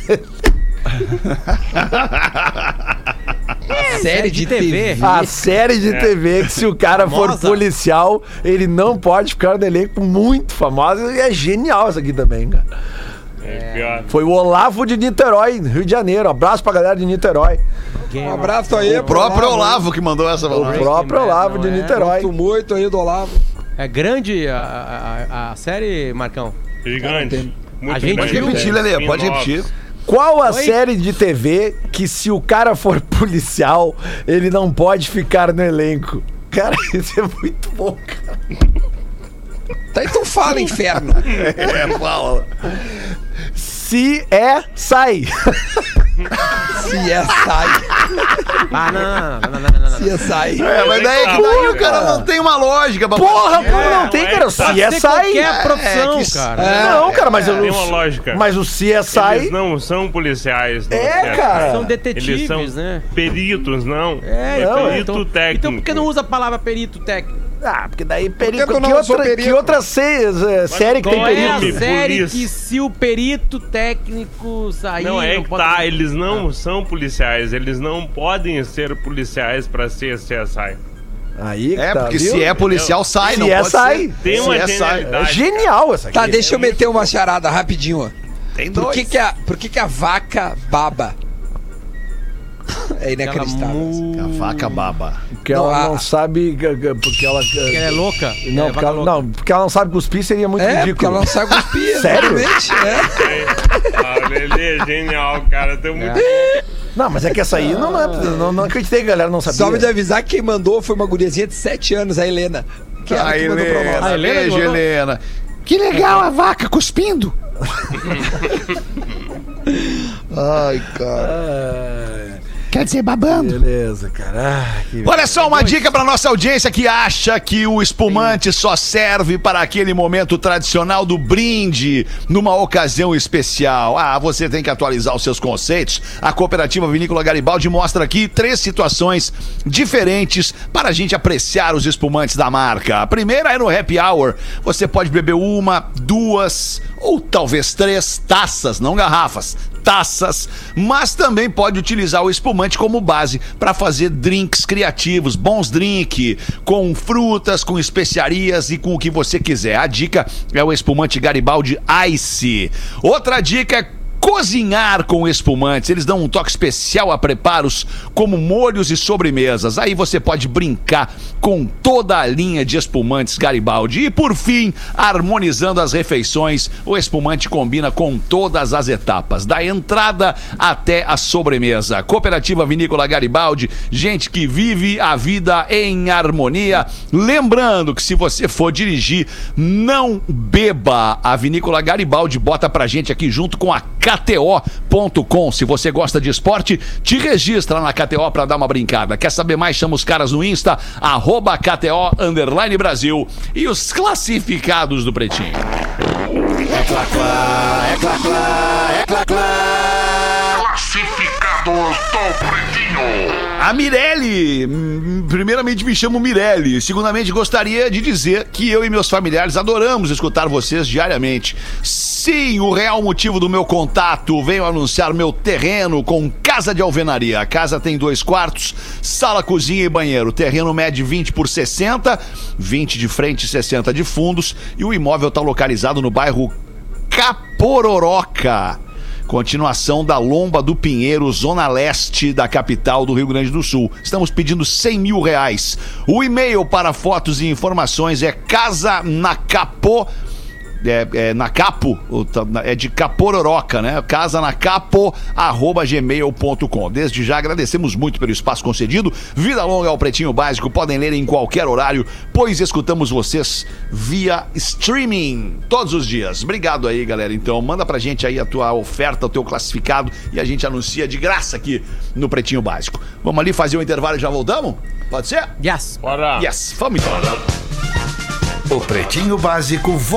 Série de TV. a série de TV que, se o cara for Famosa. policial, ele não pode ficar no elenco. Muito famosa, e é genial essa aqui também, cara. É pior. Foi o Olavo de Niterói, Rio de Janeiro. Abraço pra galera de Niterói. Um abraço aí. O próprio Olavo que mandou essa O palavra. próprio Bad, Olavo não de é? Niterói. Gosto muito aí do Olavo. É grande a série, Marcão? Gigante. Muito A gente grande. viu. Pode repetir, Lelê, pode Spin-off. repetir. Qual a Oi? série de TV que, se o cara for policial, ele não pode ficar no elenco? Cara, isso é muito bom, cara. Tá, então fala, inferno. Fala. Se é, sai. Se é sai. Ah, não. Se é sai. Mas daí o cara não tem uma lógica pra Porra, fazer. como não tem, cara? O Pode Se é, ser sai. qualquer profissão, que- cara. Não, cara, mas Tem uma lógica. Mas o Se é, sai. Eles não são policiais. não É, certo? cara. São Eles detetives, são né? peritos, não. É, não, perito então, técnico. então por que não usa a palavra perito técnico? Ah, porque daí perito. tu não usou perito? Que outra série que tem Qual é a perito? série polícia. que, se o perito técnico sair... Não, é que pode- tá, eles não são policiais, eles não podem ser policiais pra ser CSI. Aí, É, tá, porque viu? se é policial, sai. Se não é, pode sai. ser. Tem uma Se é, sai. É genialidade. genial essa aqui. Tá, deixa eu meter uma charada rapidinho. Ó. Tem Por dois. que que a vaca baba? É inacreditável. A vaca baba. Porque Não, ela a- não sabe. Porque ela. Porque ela é louca. Não, é, porque vaca ela, louca. não, porque ela não sabe cuspir, seria muito É, porque ridículo. ela não sabe cuspir. Sério? exatamente, né? Ah, o Lelê é genial, cara. Tem muito... Não, mas é que essa aí eu não acreditei que a galera não sabia. Só me de avisar que quem mandou foi uma guriazinha de 7 anos, a Helena. Que é ela A que mandou pra Helena, nós. A Helena beijo, mandou? Helena. Que legal a vaca cuspindo. Ai, cara. Quer dizer, babando. Beleza, cara. Olha só, uma dica pra nossa audiência que acha que o espumante só serve para aquele momento tradicional do brinde numa ocasião especial. Ah, você tem que atualizar os seus conceitos. A Cooperativa Vinícola Garibaldi mostra aqui 3 situações diferentes para a gente apreciar os espumantes da marca. A primeira é no Happy Hour. Você pode beber 1, 2 ou talvez 3 taças, não garrafas, taças, mas também pode utilizar o espumante como base para fazer drinks criativos, bons drinks, com frutas, com especiarias e com o que você quiser. A dica é o espumante Garibaldi Ice. Outra dica é cozinhar com espumantes. Eles dão um toque especial a preparos como molhos e sobremesas. Aí você pode brincar com toda a linha de espumantes Garibaldi. E por fim, harmonizando as refeições, o espumante combina com todas as etapas, da entrada até a sobremesa. Cooperativa Vinícola Garibaldi, gente que vive a vida em harmonia. Lembrando que se você for dirigir, não beba. A Vinícola Garibaldi bota pra gente aqui junto com a KTO.com. Se você gosta de esporte, te registra na KTO pra dar uma brincada. Quer saber mais? Chama os caras no Insta, @KTO_Brasil. E os classificados do Pretinho. É clá, clá, é clá, clá, é clá, clá. Classificados do Pretinho. A Mirelle, primeiramente me chamo Mirelle, segundamente gostaria de dizer que eu e meus familiares adoramos escutar vocês diariamente. Sim, o real motivo do meu contato, venho anunciar meu terreno com casa de alvenaria. A casa tem 2 quartos, sala, cozinha e banheiro. O terreno mede 20 por 60, 20 de frente e 60 de fundos, e o imóvel está localizado no bairro Capororoca, continuação da Lomba do Pinheiro, zona leste da capital do Rio Grande do Sul. Estamos pedindo R$100 mil. O e-mail para fotos e informações é casanacapo, é de Capororoca, né? casanacapo@gmail.com. Desde já agradecemos muito pelo espaço concedido. Vida longa ao Pretinho Básico. Podem ler em qualquer horário, pois escutamos vocês via streaming todos os dias. Obrigado aí, galera. Então, manda pra gente aí a tua oferta, o teu classificado, e a gente anuncia de graça aqui no Pretinho Básico. Vamos ali fazer um intervalo e já voltamos? Pode ser? Yes. Bora. Yes, vamos então. O Pretinho Básico volta.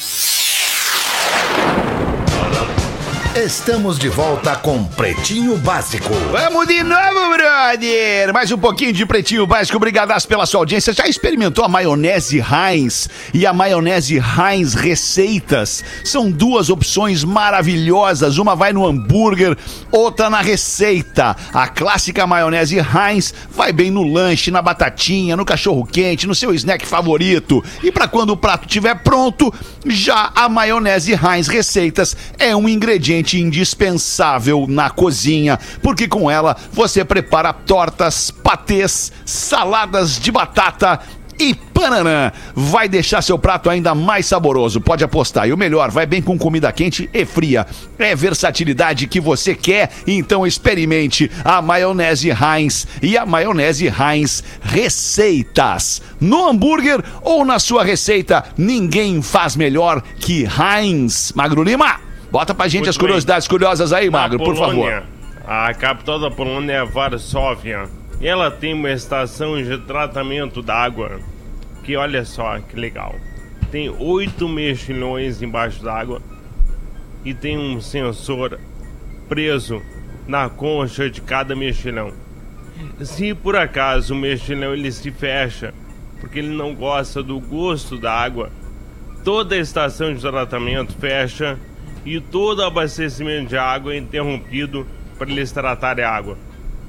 Estamos de volta com Pretinho Básico. Vamos de novo, brother! Mais um pouquinho de Pretinho Básico. Obrigadaço pela sua audiência. Já experimentou a maionese Heinz e a maionese Heinz Receitas? São 2 opções maravilhosas. Uma vai no hambúrguer, outra na receita. A clássica maionese Heinz vai bem no lanche, na batatinha, no cachorro-quente, no seu snack favorito. E para quando o prato estiver pronto, já a maionese Heinz Receitas é um ingrediente indispensável na cozinha, porque com ela você prepara tortas, patês, saladas de batata e pananã. Vai deixar seu prato ainda mais saboroso, pode apostar. E o melhor, vai bem com comida quente e fria. É versatilidade que você quer, então experimente a maionese Heinz e a maionese Heinz Receitas. No hambúrguer ou na sua receita, ninguém faz melhor que Heinz. Magro Lima, bota pra gente Muito as curiosidades curiosas aí, Magro, por favor. A capital da Polônia é Varsóvia. E ela tem uma estação de tratamento da água. Que olha só que legal. Tem 8 mexilhões embaixo d'água. E tem um sensor preso na concha de cada mexilhão. Se por acaso o mexilhão ele se fecha porque ele não gosta do gosto da água, toda a estação de tratamento fecha e todo abastecimento de água é interrompido para eles tratarem a água.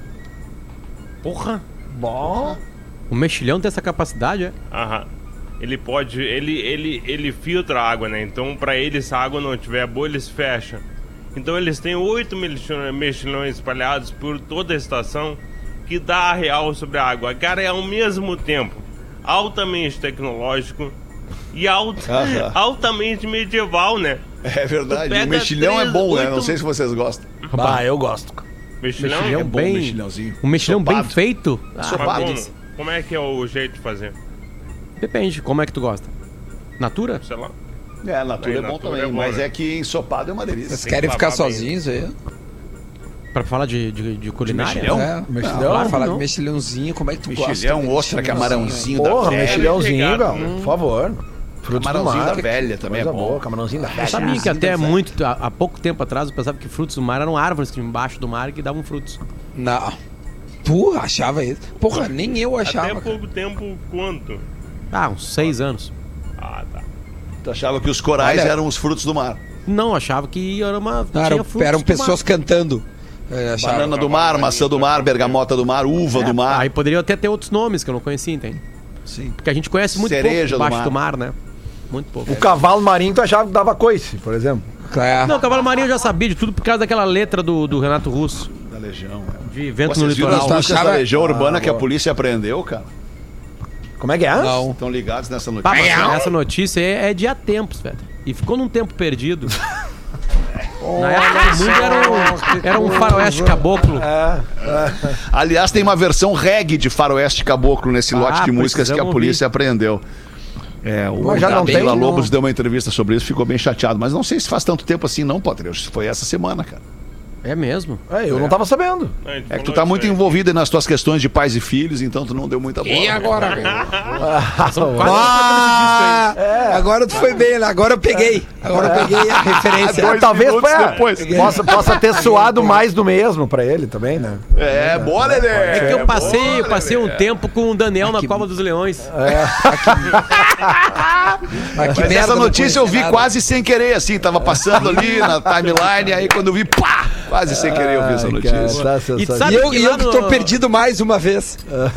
Porra. Bom. O mexilhão tem essa capacidade, é? Aham. Ele pode, ele filtra a água, né? Então para eles, se a água não tiver boa, eles fecham. Então eles têm 8 mexilhões espalhados por toda a estação que dá a real sobre a água. Cara, é ao mesmo tempo altamente tecnológico e altamente medieval, né? É verdade, Tu o mexilhão é bom, né? 8 Não sei se vocês gostam. Bah, eu gosto. Mexilhão? Mexilhão É bom, bem- mexilhãozinho. Um mexilhão bem Ensopado. feito? Mas Ensopado. como é que é o jeito de fazer? Depende, como é que tu gosta? Natura? Sei lá. É, natura é bom natura também, é bom, mas né? é que ensopado é uma delícia. Vocês Tem que querem ficar lavar bem. sozinhos aí? Pra falar de culinária? mexilhão? É, Mexilhão? Claro, falar Não. de mexilhãozinho, como é que tu gosta? Mexilhão, de ostra, camarãozinho da Porra, velha. mexilhãozinho, Obrigado, velho. né? Por favor. Frutos do Camarãozinho mar. da velha também é Coisa bom. boa, camarãozinho da velha. Sabia que até há pouco tempo atrás eu pensava que frutos do mar eram árvores que embaixo do mar que davam frutos. Não. Tu achava isso? Porra, nem eu achava. Até cara. pouco tempo, quanto? Ah, uns 6 anos. Ah, tá. Tu achava que os corais Olha. eram os frutos do mar. Não, achava que era uma. Não, tinha frutos eram do pessoas mar. cantando. Eu achava. Banana do mar, maçã do mar, bergamota do mar, uva do mar. Aí poderia até ter outros nomes que eu não conhecia, entende? Sim. Porque a gente conhece muito Cereja pouco do debaixo mar. do mar, né? Muito pouco. O cavalo marinho tu achava que dava coice, por exemplo. É. Não, Cavalo Marinho eu já sabia de tudo por causa daquela letra do Renato Russo. Da Legião. De Vento no Vocês viram as Litoral. músicas achava- da Legião Urbana que a boa. polícia apreendeu, cara? Como é que é? Não. Estão ligados nessa Pá, notícia? mas essa notícia é de há tempos, velho. E ficou num tempo perdido. Na época, o mundo era um faroeste caboclo. Aliás, tem uma versão reggae de Faroeste Caboclo nesse lote de músicas que a precisamos polícia apreendeu. O Mas já não tem, Vila não. Lobos deu uma entrevista sobre isso, ficou bem chateado. Mas não sei se faz tanto tempo assim, não, Potter. Foi essa semana, cara. É mesmo. Eu não tava sabendo. É que tu tá muito envolvido aí nas tuas questões de pais e filhos, então tu não deu muita bola. E agora, velho? São quase Ah, agora tu foi bem, né? Agora eu peguei. Agora eu peguei a referência. Dois Talvez minutos depois. possa ter suado mais do mesmo pra ele também, né? É, boa, Lelê. É que eu passei um tempo com o Daniel na Cova dos Leões. Mas que Mas merda, essa não notícia eu vi conhecia nada. quase sem querer, assim, tava passando ali na timeline, aí quando eu vi, pá! Quase sem querer eu vi essa notícia. Tá E sensacional. sabe E eu que lá que tô perdido mais uma vez.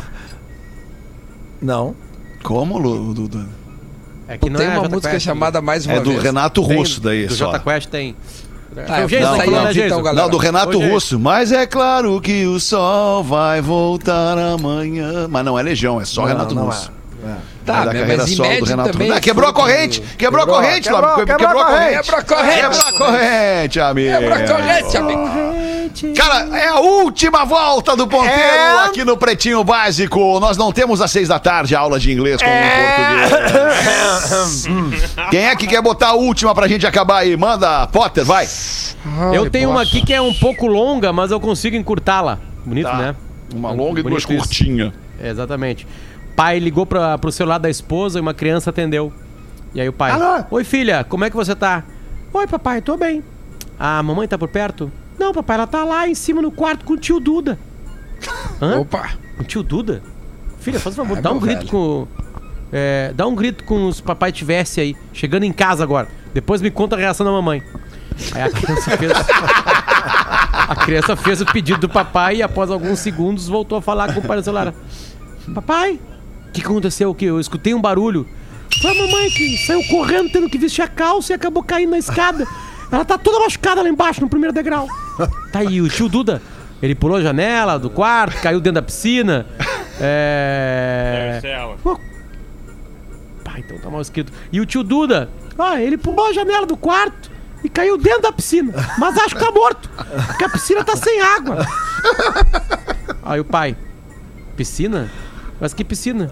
Não. Como, Duda? É que não Tem é uma Jota música Quest, chamada Mais Uma É do Vez. Renato tem, Russo daí, do só. Jota Quest tem. Ah, Foi o Jason não, que falou, né, então, Jason? galera. Não, do Renato Hoje é Russo. Mas é claro que o sol vai voltar amanhã. Mas não é Legião, é só Renato Russo. Tá, É da carreira mas em solo do média Renato também. Russo. Ah, quebrou a corrente! Quebrou a corrente, quebrou Lopes. a corrente. Quebra a corrente. Quebra a corrente, amigo. Quebra a corrente, amigo. Cara, é a última volta do ponteiro aqui no Pretinho Básico. Nós não temos às 6 da tarde a aula de inglês com português. Quem é que quer botar a última pra gente acabar aí? Manda, Potter, vai. Eu tenho uma aqui que é um pouco longa, mas eu consigo encurtá-la. Bonito, Tá. né? Uma longa e Bonito duas isso. curtinhas. É, exatamente. Pai ligou pro celular da esposa e uma criança atendeu. E aí o pai: Alô? Oi, filha, como é que você tá? Oi, papai, tô bem. A mamãe tá por perto? Não, papai, ela tá lá em cima no quarto com o tio Duda. Hã? Opa. Com o tio Duda? Filha, faz um favor, Ai, dá um meu grito velho. com. Dá um grito com os papai tivesse aí, chegando em casa agora. Depois me conta a reação da mamãe. Aí a criança fez. A criança fez o pedido do papai e após alguns segundos voltou a falar com o pai no celular. Papai, o que aconteceu? O que? Eu escutei um barulho. Foi a mamãe que saiu correndo, tendo que vestir a calça e acabou caindo na escada. Ela tá toda machucada lá embaixo, no primeiro degrau. Tá aí, o tio Duda. Ele pulou a janela do quarto, caiu dentro da piscina. Deve ser ela. Pá, então tá mal escrito. E o tio Duda, ele pulou a janela do quarto e caiu dentro da piscina. Mas acho que tá morto, porque a piscina tá sem água. Aí o pai, piscina? Mas que piscina?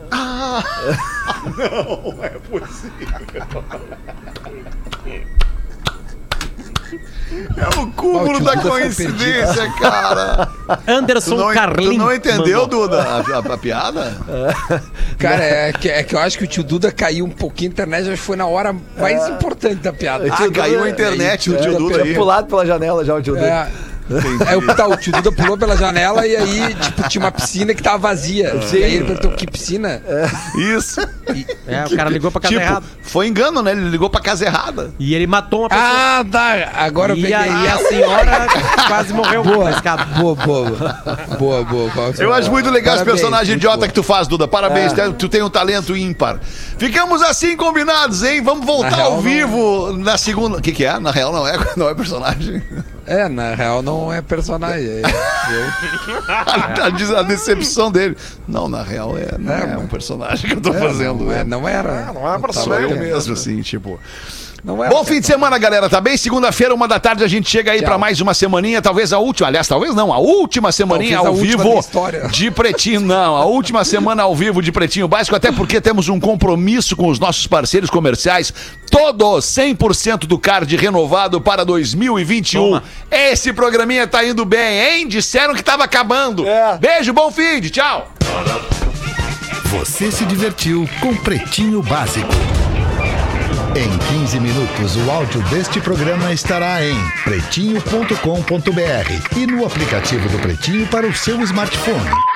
Não é possível. É o cúmulo da coincidência, cara. Anderson Carlinhos. Tu não entendeu, mandou. Duda, a piada? Cara, é que eu acho que o tio Duda caiu um pouquinho a internet, acho que foi na hora mais importante da piada. Ah, caiu a internet o tio Duda aí. Tinha pulado pela janela já o tio Duda. O tio Duda pulou pela janela e aí, tipo, tinha uma piscina que tava vazia. E aí ele perguntou, que piscina? Isso. O cara ligou pra casa Tipo, errada. foi engano, né? Ele ligou pra casa errada. E ele matou uma pessoa. Ah, tá. Agora eu e, peguei. a senhora quase morreu na escada. Boa. Eu acho muito legal esse Parabéns, personagem muito idiota boa. que tu faz, Duda. Parabéns, tu tem um talento ímpar. Ficamos assim combinados, hein? Vamos voltar Na real, ao vivo na segunda. O que é? Na real não é personagem. Na real não é personagem. A decepção dele. Não, na real não é um personagem que eu tô fazendo. Não era. Sou eu mesmo, assim, tipo. Não é. Bom fim de semana, galera, tá bem? Segunda-feira, 1h da tarde, a gente chega aí Tchau. pra mais uma semaninha, talvez a última, aliás, talvez não, a última semaninha Talvez a ao última vivo da história. de Pretinho, não, a última semana ao vivo de Pretinho Básico, até porque temos um compromisso com os nossos parceiros comerciais, todos 100% do card renovado para 2021. Toma. Esse programinha tá indo bem, hein? Disseram que tava acabando. Beijo, bom fim de tchau. Você se divertiu com Pretinho Básico. Em 15 minutos, o áudio deste programa estará em pretinho.com.br e no aplicativo do Pretinho para o seu smartphone.